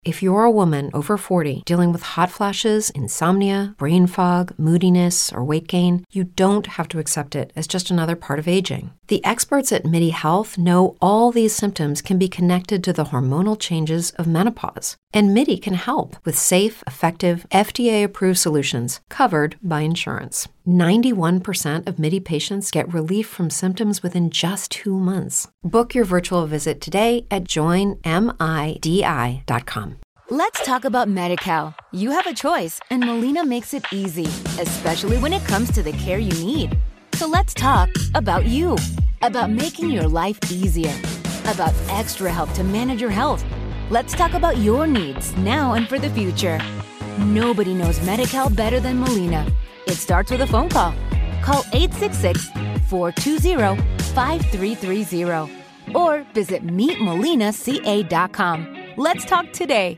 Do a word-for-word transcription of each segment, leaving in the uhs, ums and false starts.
If you're a woman over forty dealing with hot flashes, insomnia, brain fog, moodiness, or weight gain, you don't have to accept it as just another part of aging. The experts at MIDI Health know all these symptoms can be connected to the hormonal changes of menopause. And MIDI can help with safe, effective, F D A-approved solutions covered by insurance. ninety-one percent of MIDI patients get relief from symptoms within just two months. Book your virtual visit today at join midi dot com. Let's talk about Medi-Cal. You have a choice, and Molina makes it easy, especially when it comes to the care you need. So let's talk about you, about making your life easier, about extra help to manage your health. Let's talk about your needs now and for the future. Nobody knows Medi-Cal better than Molina. It starts with a phone call. Call eight six six, four two zero, five three three zero or visit meet molina c a dot com. Let's talk today.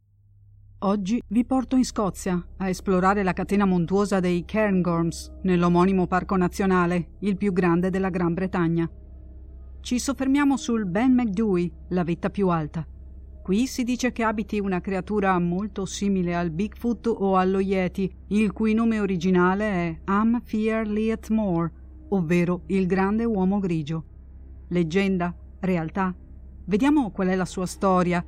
Oggi vi porto in Scozia a esplorare la catena montuosa dei Cairngorms nell'omonimo parco nazionale, il più grande della Gran Bretagna. Ci soffermiamo sul Ben Macdui, la vetta più alta. Qui si dice che abiti una creatura molto simile al Bigfoot o allo Yeti, il cui nome originale è Am Fear Liat Mor, ovvero il grande uomo grigio. Leggenda? Realtà? Vediamo qual è la sua storia.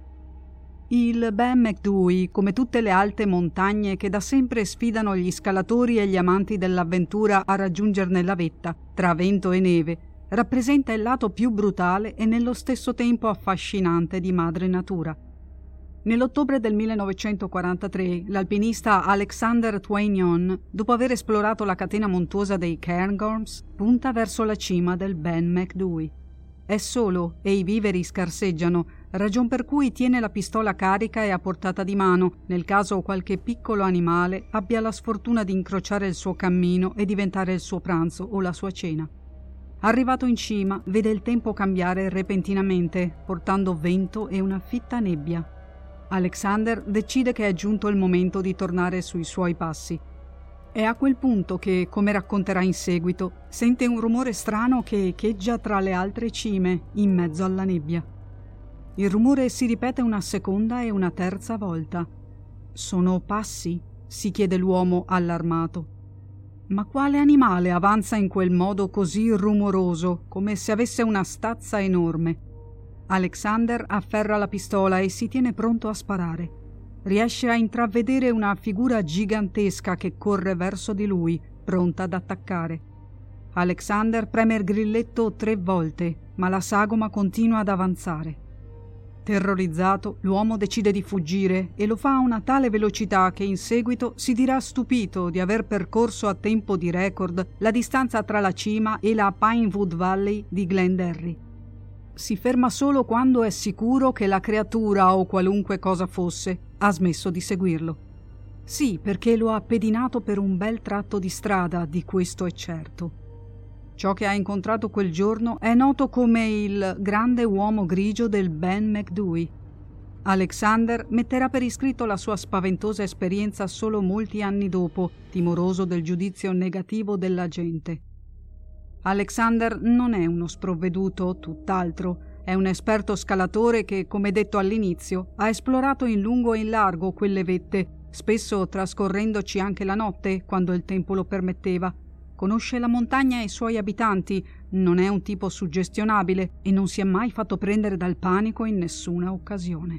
Il Ben Macdui, come tutte le alte montagne che da sempre sfidano gli scalatori e gli amanti dell'avventura a raggiungerne la vetta, tra vento e neve, rappresenta il lato più brutale e nello stesso tempo affascinante di madre natura. Nell'ottobre del millenovecentoquarantatré, l'alpinista Alexander Twanion, dopo aver esplorato la catena montuosa dei Cairngorms, punta verso la cima del Ben Macdui. È solo e i viveri scarseggiano, ragion per cui tiene la pistola carica e a portata di mano, nel caso qualche piccolo animale abbia la sfortuna di incrociare il suo cammino e diventare il suo pranzo o la sua cena. Arrivato in cima, vede il tempo cambiare repentinamente, portando vento e una fitta nebbia. Alexander decide che è giunto il momento di tornare sui suoi passi. È a quel punto che, come racconterà in seguito, sente un rumore strano che echeggia tra le altre cime, in mezzo alla nebbia. Il rumore si ripete una seconda e una terza volta. «Sono passi?» si chiede l'uomo allarmato. Ma quale animale avanza in quel modo così rumoroso, come se avesse una stazza enorme? Alexander afferra la pistola e si tiene pronto a sparare. Riesce a intravedere una figura gigantesca che corre verso di lui, pronta ad attaccare. Alexander preme il grilletto tre volte, ma la sagoma continua ad avanzare. Terrorizzato, l'uomo decide di fuggire e lo fa a una tale velocità che in seguito si dirà stupito di aver percorso a tempo di record la distanza tra la cima e la Pinewood Valley di Glenderry. Si ferma solo quando è sicuro che la creatura o qualunque cosa fosse ha smesso di seguirlo. Sì, perché lo ha pedinato per un bel tratto di strada, di questo è certo. Ciò che ha incontrato quel giorno è noto come il grande uomo grigio del Ben Macdui. Alexander metterà per iscritto la sua spaventosa esperienza solo molti anni dopo, timoroso del giudizio negativo della gente. Alexander non è uno sprovveduto, tutt'altro. È un esperto scalatore che, come detto all'inizio, ha esplorato in lungo e in largo quelle vette, spesso trascorrendoci anche la notte, quando il tempo lo permetteva. Conosce la montagna e i suoi abitanti, non è un tipo suggestionabile e non si è mai fatto prendere dal panico in nessuna occasione.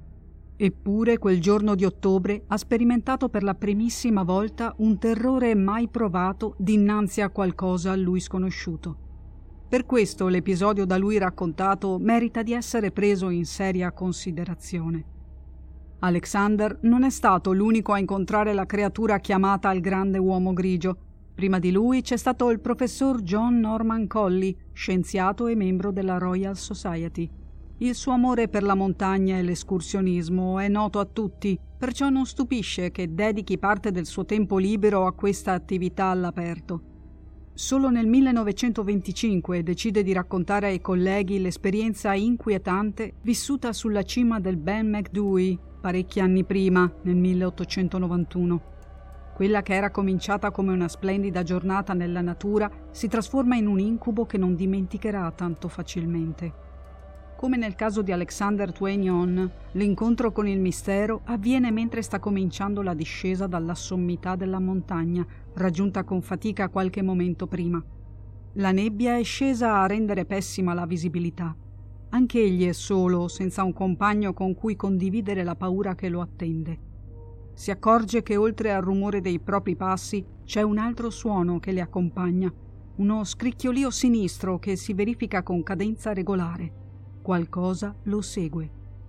Eppure quel giorno di ottobre ha sperimentato per la primissima volta un terrore mai provato dinanzi a qualcosa a lui sconosciuto. Per questo l'episodio da lui raccontato merita di essere preso in seria considerazione. Alexander non è stato l'unico a incontrare la creatura chiamata il grande uomo grigio. Prima di lui c'è stato il professor John Norman Collie, scienziato e membro della Royal Society. Il suo amore per la montagna e l'escursionismo è noto a tutti, perciò non stupisce che dedichi parte del suo tempo libero a questa attività all'aperto. Solo nel millenovecentoventicinque decide di raccontare ai colleghi l'esperienza inquietante vissuta sulla cima del Ben Macdui parecchi anni prima, nel milleottocentonovantuno. Quella che era cominciata come una splendida giornata nella natura si trasforma in un incubo che non dimenticherà tanto facilmente. Come nel caso di Alexander Twanion, l'incontro con il mistero avviene mentre sta cominciando la discesa dalla sommità della montagna, raggiunta con fatica qualche momento prima. La nebbia è scesa a rendere pessima la visibilità. Anche egli è solo, senza un compagno con cui condividere la paura che lo attende. Si accorge che oltre al rumore dei propri passi c'è un altro suono che li accompagna, uno scricchiolio sinistro che si verifica con cadenza regolare. Qualcosa lo segue.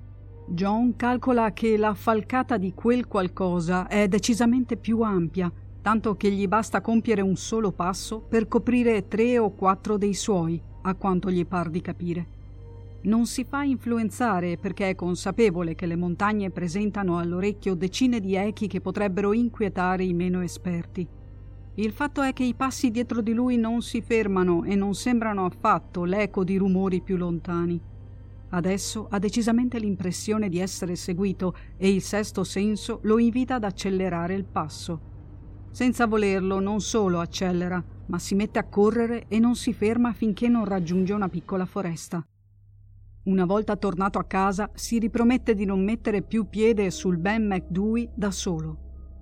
John calcola che la falcata di quel qualcosa è decisamente più ampia, tanto che gli basta compiere un solo passo per coprire tre o quattro dei suoi, a quanto gli par di capire. Non si fa influenzare perché è consapevole che le montagne presentano all'orecchio decine di echi che potrebbero inquietare i meno esperti. Il fatto è che i passi dietro di lui non si fermano e non sembrano affatto l'eco di rumori più lontani. Adesso ha decisamente l'impressione di essere seguito e il sesto senso lo invita ad accelerare il passo. Senza volerlo, non solo accelera, ma si mette a correre e non si ferma finché non raggiunge una piccola foresta. Una volta tornato a casa, si ripromette di non mettere più piede sul Ben McDewey da solo.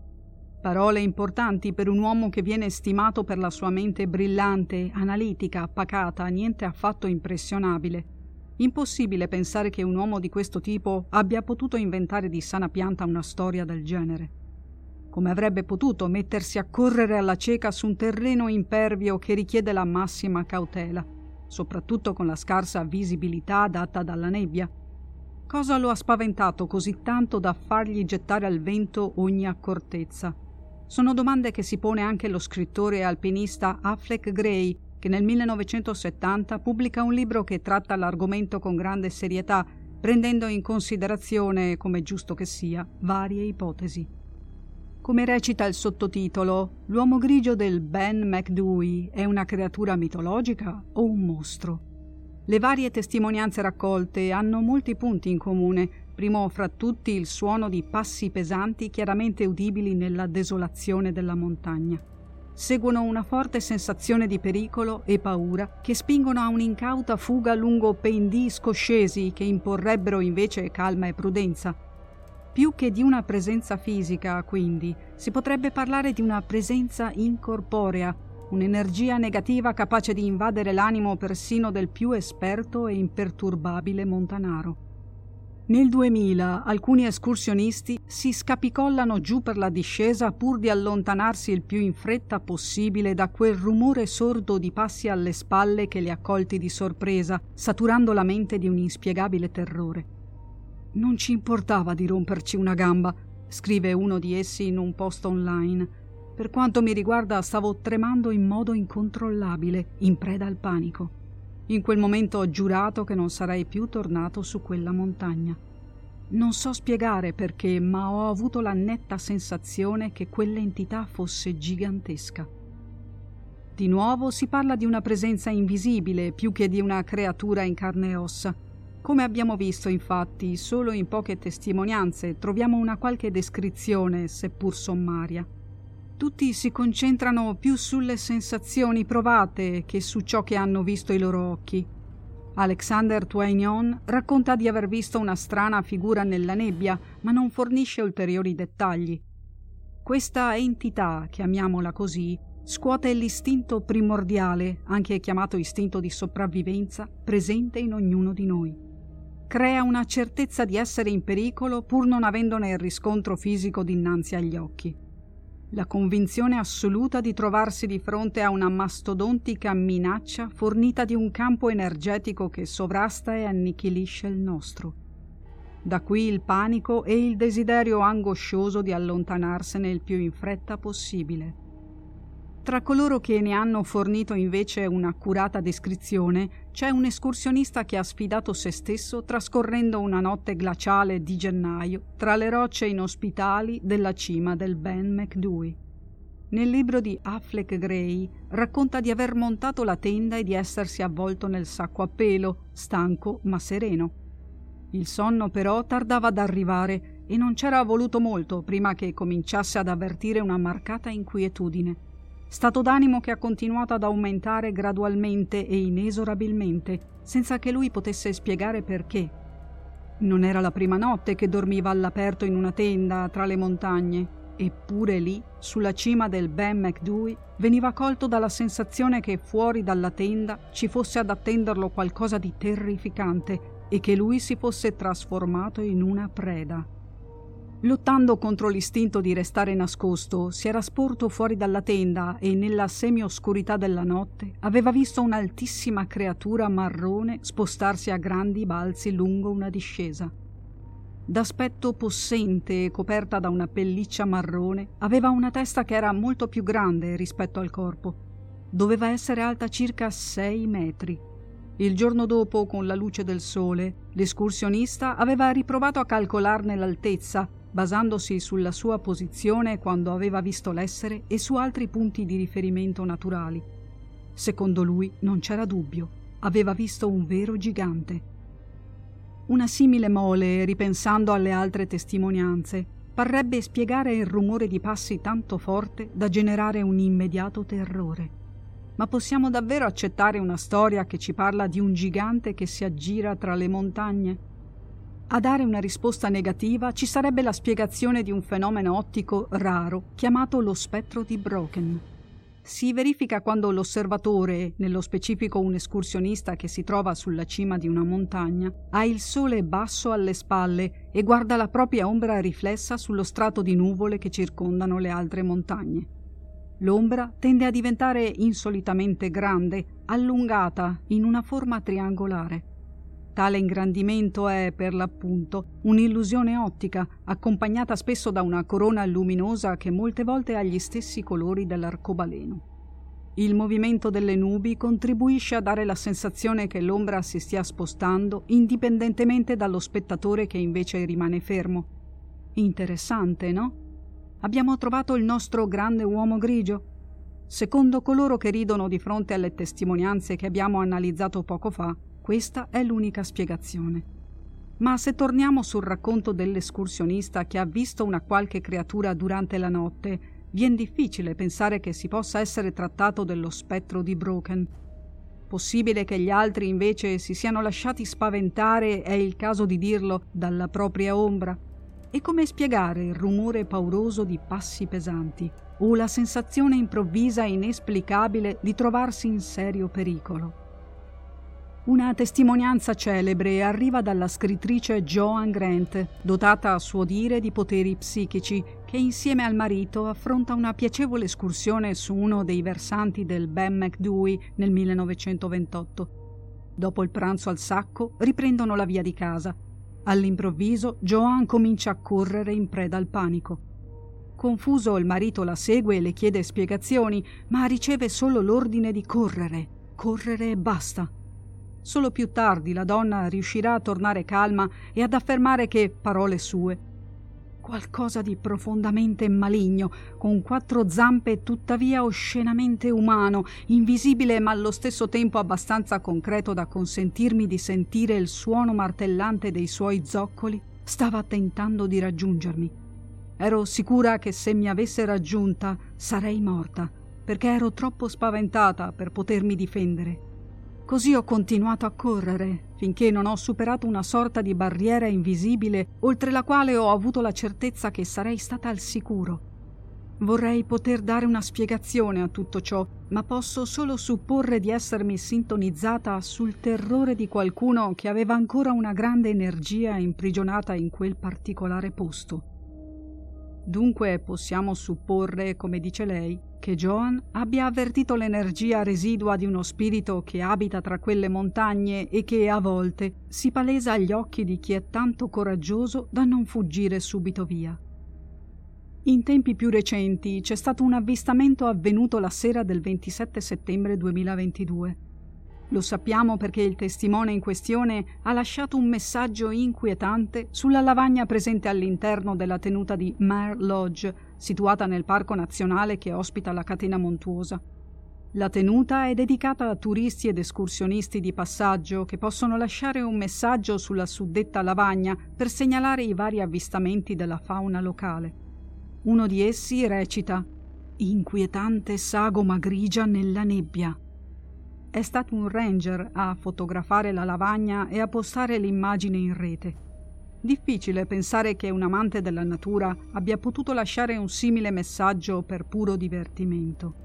Parole importanti per un uomo che viene stimato per la sua mente brillante, analitica, pacata, niente affatto impressionabile. Impossibile pensare che un uomo di questo tipo abbia potuto inventare di sana pianta una storia del genere. Come avrebbe potuto mettersi a correre alla cieca su un terreno impervio che richiede la massima cautela, soprattutto con la scarsa visibilità data dalla nebbia? Cosa lo ha spaventato così tanto da fargli gettare al vento ogni accortezza? Sono domande che si pone anche lo scrittore e alpinista Affleck Gray, che nel millenovecentosettanta pubblica un libro che tratta l'argomento con grande serietà, prendendo in considerazione, come giusto che sia, varie ipotesi. Come recita il sottotitolo, l'uomo grigio del Ben McDewey è una creatura mitologica o un mostro? Le varie testimonianze raccolte hanno molti punti in comune, primo fra tutti il suono di passi pesanti chiaramente udibili nella desolazione della montagna. Seguono una forte sensazione di pericolo e paura che spingono a un'incauta fuga lungo pendii scoscesi che imporrebbero invece calma e prudenza. Più che di una presenza fisica, quindi, si potrebbe parlare di una presenza incorporea, un'energia negativa capace di invadere l'animo persino del più esperto e imperturbabile montanaro. Nel duemila alcuni escursionisti si scapicollano giù per la discesa pur di allontanarsi il più in fretta possibile da quel rumore sordo di passi alle spalle che li ha colti di sorpresa, saturando la mente di un inspiegabile terrore. «Non ci importava di romperci una gamba», scrive uno di essi in un post online. «Per quanto mi riguarda stavo tremando in modo incontrollabile, in preda al panico. In quel momento ho giurato che non sarei più tornato su quella montagna. Non so spiegare perché, ma ho avuto la netta sensazione che quell'entità fosse gigantesca». Di nuovo si parla di una presenza invisibile più che di una creatura in carne e ossa. Come abbiamo visto, infatti, solo in poche testimonianze troviamo una qualche descrizione, seppur sommaria. Tutti si concentrano più sulle sensazioni provate che su ciò che hanno visto i loro occhi. Alexander Twanion racconta di aver visto una strana figura nella nebbia, ma non fornisce ulteriori dettagli. Questa entità, chiamiamola così, scuote l'istinto primordiale, anche chiamato istinto di sopravvivenza, presente in ognuno di noi. Crea una certezza di essere in pericolo pur non avendone il riscontro fisico dinanzi agli occhi. La convinzione assoluta di trovarsi di fronte a una mastodontica minaccia fornita di un campo energetico che sovrasta e annichilisce il nostro. Da qui il panico e il desiderio angoscioso di allontanarsene il più in fretta possibile. Tra coloro che ne hanno fornito invece un'accurata descrizione c'è un escursionista che ha sfidato se stesso trascorrendo una notte glaciale di gennaio tra le rocce inospitali della cima del Ben McDewey. Nel libro di Affleck Gray racconta di aver montato la tenda e di essersi avvolto nel sacco a pelo, stanco ma sereno. Il sonno però tardava ad arrivare e non c'era voluto molto prima che cominciasse ad avvertire una marcata inquietudine. stato d'animo che ha continuato ad aumentare gradualmente e inesorabilmente, senza che lui potesse spiegare perché. Non era la prima notte che dormiva all'aperto in una tenda tra le montagne, eppure lì, sulla cima del Ben Macdui, veniva colto dalla sensazione che fuori dalla tenda ci fosse ad attenderlo qualcosa di terrificante e che lui si fosse trasformato in una preda. Lottando contro l'istinto di restare nascosto, si era sporto fuori dalla tenda e nella semioscurità della notte aveva visto un'altissima creatura marrone spostarsi a grandi balzi lungo una discesa. D'aspetto possente e coperta da una pelliccia marrone, aveva una testa che era molto più grande rispetto al corpo. Doveva essere alta circa sei metri. Il giorno dopo, con la luce del sole, l'escursionista aveva riprovato a calcolarne l'altezza, basandosi sulla sua posizione quando aveva visto l'essere e su altri punti di riferimento naturali. Secondo lui non c'era dubbio, aveva visto un vero gigante. Una simile mole, ripensando alle altre testimonianze, parrebbe spiegare il rumore di passi tanto forte da generare un immediato terrore. Ma possiamo davvero accettare una storia che ci parla di un gigante che si aggira tra le montagne? A dare una risposta negativa ci sarebbe la spiegazione di un fenomeno ottico raro chiamato lo spettro di Brocken. Si verifica quando l'osservatore, nello specifico un escursionista che si trova sulla cima di una montagna, ha il sole basso alle spalle e guarda la propria ombra riflessa sullo strato di nuvole che circondano le altre montagne. L'ombra tende a diventare insolitamente grande, allungata in una forma triangolare. Tale ingrandimento è, per l'appunto, un'illusione ottica, accompagnata spesso da una corona luminosa che molte volte ha gli stessi colori dell'arcobaleno. Il movimento delle nubi contribuisce a dare la sensazione che l'ombra si stia spostando indipendentemente dallo spettatore che invece rimane fermo. Interessante, no? Abbiamo trovato il nostro grande uomo grigio? Secondo coloro che ridono di fronte alle testimonianze che abbiamo analizzato poco fa, questa è l'unica spiegazione. Ma se torniamo sul racconto dell'escursionista che ha visto una qualche creatura durante la notte, vien difficile pensare che si possa essere trattato dello spettro di Brocken. Possibile che gli altri invece si siano lasciati spaventare, è il caso di dirlo, dalla propria ombra? E come spiegare il rumore pauroso di passi pesanti o la sensazione improvvisa e inesplicabile di trovarsi in serio pericolo? Una testimonianza celebre arriva dalla scrittrice Joan Grant, dotata a suo dire di poteri psichici, che insieme al marito affronta una piacevole escursione su uno dei versanti del Ben Macdui nel millenovecentoventotto. Dopo il pranzo al sacco riprendono la via di casa. All'improvviso Joan comincia a correre in preda al panico. Confuso il marito la segue e le chiede spiegazioni, ma riceve solo l'ordine di correre, correre e basta. Solo più tardi la donna riuscirà a tornare calma e ad affermare che, parole sue, qualcosa di profondamente maligno, con quattro zampe tuttavia oscenamente umano, invisibile ma allo stesso tempo abbastanza concreto da consentirmi di sentire il suono martellante dei suoi zoccoli, stava tentando di raggiungermi. Ero sicura che se mi avesse raggiunta sarei morta, perché ero troppo spaventata per potermi difendere. Così ho continuato a correre, finché non ho superato una sorta di barriera invisibile, oltre la quale ho avuto la certezza che sarei stata al sicuro. Vorrei poter dare una spiegazione a tutto ciò, ma posso solo supporre di essermi sintonizzata sul terrore di qualcuno che aveva ancora una grande energia imprigionata in quel particolare posto. Dunque possiamo supporre, come dice lei, che Joan abbia avvertito l'energia residua di uno spirito che abita tra quelle montagne e che a volte si palesa agli occhi di chi è tanto coraggioso da non fuggire subito via. In tempi più recenti c'è stato un avvistamento avvenuto la sera del ventisette settembre duemilaventidue. Lo sappiamo perché il testimone in questione ha lasciato un messaggio inquietante sulla lavagna presente all'interno della tenuta di Mare Lodge, situata nel parco nazionale che ospita la catena montuosa. La tenuta è dedicata a turisti ed escursionisti di passaggio che possono lasciare un messaggio sulla suddetta lavagna per segnalare i vari avvistamenti della fauna locale. Uno di essi recita: inquietante sagoma grigia nella nebbia. È stato un ranger a fotografare la lavagna e a postare l'immagine in rete. Difficile pensare che un amante della natura abbia potuto lasciare un simile messaggio per puro divertimento.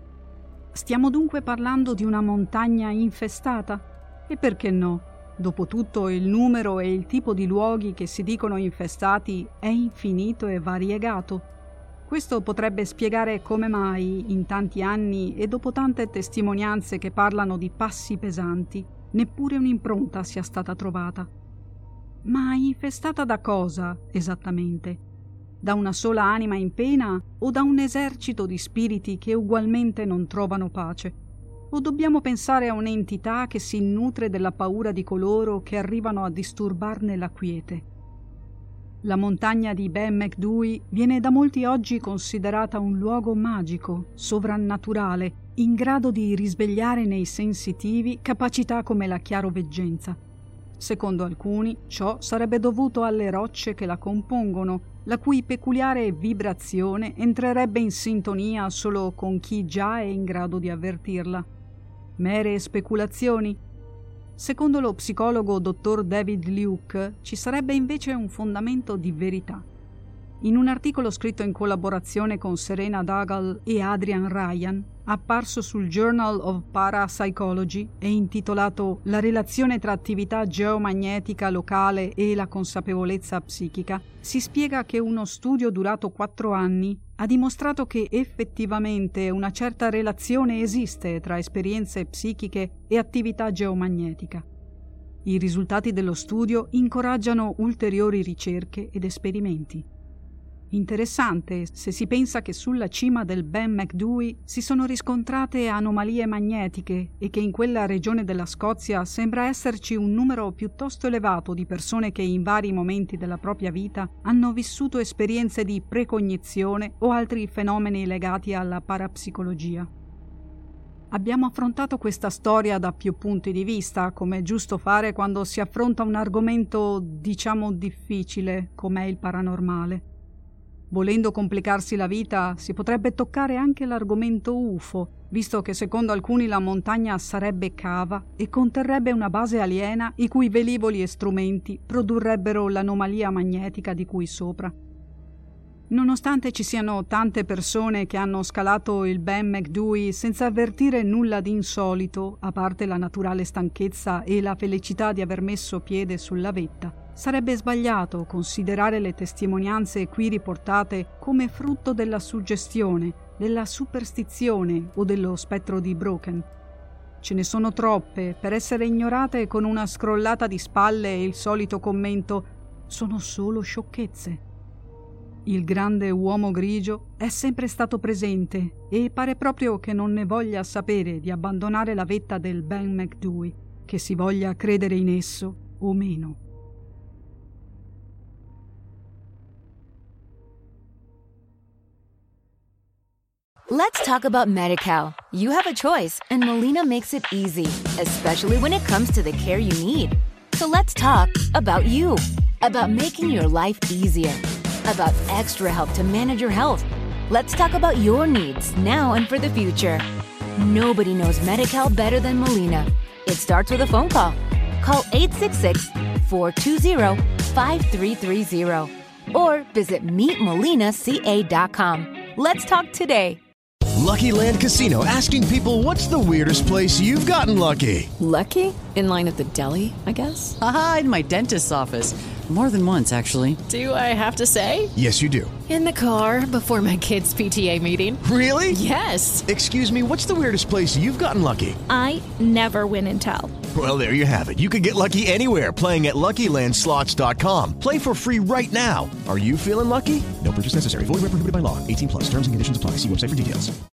Stiamo dunque parlando di una montagna infestata? E perché no? Dopotutto il numero e il tipo di luoghi che si dicono infestati è infinito e variegato. Questo potrebbe spiegare come mai, in tanti anni e dopo tante testimonianze che parlano di passi pesanti, neppure un'impronta sia stata trovata. Ma infestata da cosa, esattamente? Da una sola anima in pena o da un esercito di spiriti che ugualmente non trovano pace? O dobbiamo pensare a un'entità che si nutre della paura di coloro che arrivano a disturbarne la quiete? La montagna di Ben Macdui viene da molti oggi considerata un luogo magico, sovrannaturale, in grado di risvegliare nei sensitivi capacità come la chiaroveggenza. Secondo alcuni, ciò sarebbe dovuto alle rocce che la compongono, la cui peculiare vibrazione entrerebbe in sintonia solo con chi già è in grado di avvertirla. Mere speculazioni? Secondo lo psicologo dottor David Luke, ci sarebbe invece un fondamento di verità. In un articolo scritto in collaborazione con Serena Dougal e Adrian Ryan, apparso sul Journal of Parapsychology e intitolato La relazione tra attività geomagnetica locale e la consapevolezza psichica, si spiega che uno studio durato quattro anni ha dimostrato che effettivamente una certa relazione esiste tra esperienze psichiche e attività geomagnetica. I risultati dello studio incoraggiano ulteriori ricerche ed esperimenti. Interessante se si pensa che sulla cima del Ben Macdui si sono riscontrate anomalie magnetiche e che in quella regione della Scozia sembra esserci un numero piuttosto elevato di persone che in vari momenti della propria vita hanno vissuto esperienze di precognizione o altri fenomeni legati alla parapsicologia. Abbiamo affrontato questa storia da più punti di vista, come è giusto fare quando si affronta un argomento, diciamo, difficile, come è il paranormale. Volendo complicarsi la vita, si potrebbe toccare anche l'argomento U F O, visto che secondo alcuni la montagna sarebbe cava e conterrebbe una base aliena i cui velivoli e strumenti produrrebbero l'anomalia magnetica di cui sopra. Nonostante ci siano tante persone che hanno scalato il Ben Macdui senza avvertire nulla di insolito, a parte la naturale stanchezza e la felicità di aver messo piede sulla vetta, sarebbe sbagliato considerare le testimonianze qui riportate come frutto della suggestione, della superstizione o dello spettro di Broken. Ce ne sono troppe per essere ignorate con una scrollata di spalle e il solito commento «sono solo sciocchezze». Il grande uomo grigio è sempre stato presente e pare proprio che non ne voglia sapere di abbandonare la vetta del Ben Macdui, che si voglia credere in esso o meno. Let's talk about Medi-Cal. You have a choice, and Molina makes it easy, especially when it comes to the care you need. So let's talk about you, about making your life easier, about extra help to manage your health. Let's talk about your needs now and for the future. Nobody knows Medi-Cal better than Molina. It starts with a phone call. Call eight six six, four two zero, five three three zero or visit meet molina c a dot com. Let's talk today. Lucky Land Casino, asking people, what's the weirdest place you've gotten lucky? Lucky? In line at the deli, I guess? Aha, in my dentist's office. More than once, actually. Do I have to say? Yes, you do. In the car before my kids' P T A meeting. Really? Yes. Excuse me, what's the weirdest place you've gotten lucky? I never win and tell. Well, there you have it. You can get lucky anywhere, playing at Lucky Land Slots dot com. Play for free right now. Are you feeling lucky? No purchase necessary. Void where prohibited by law. eighteen plus. Terms and conditions apply. See website for details.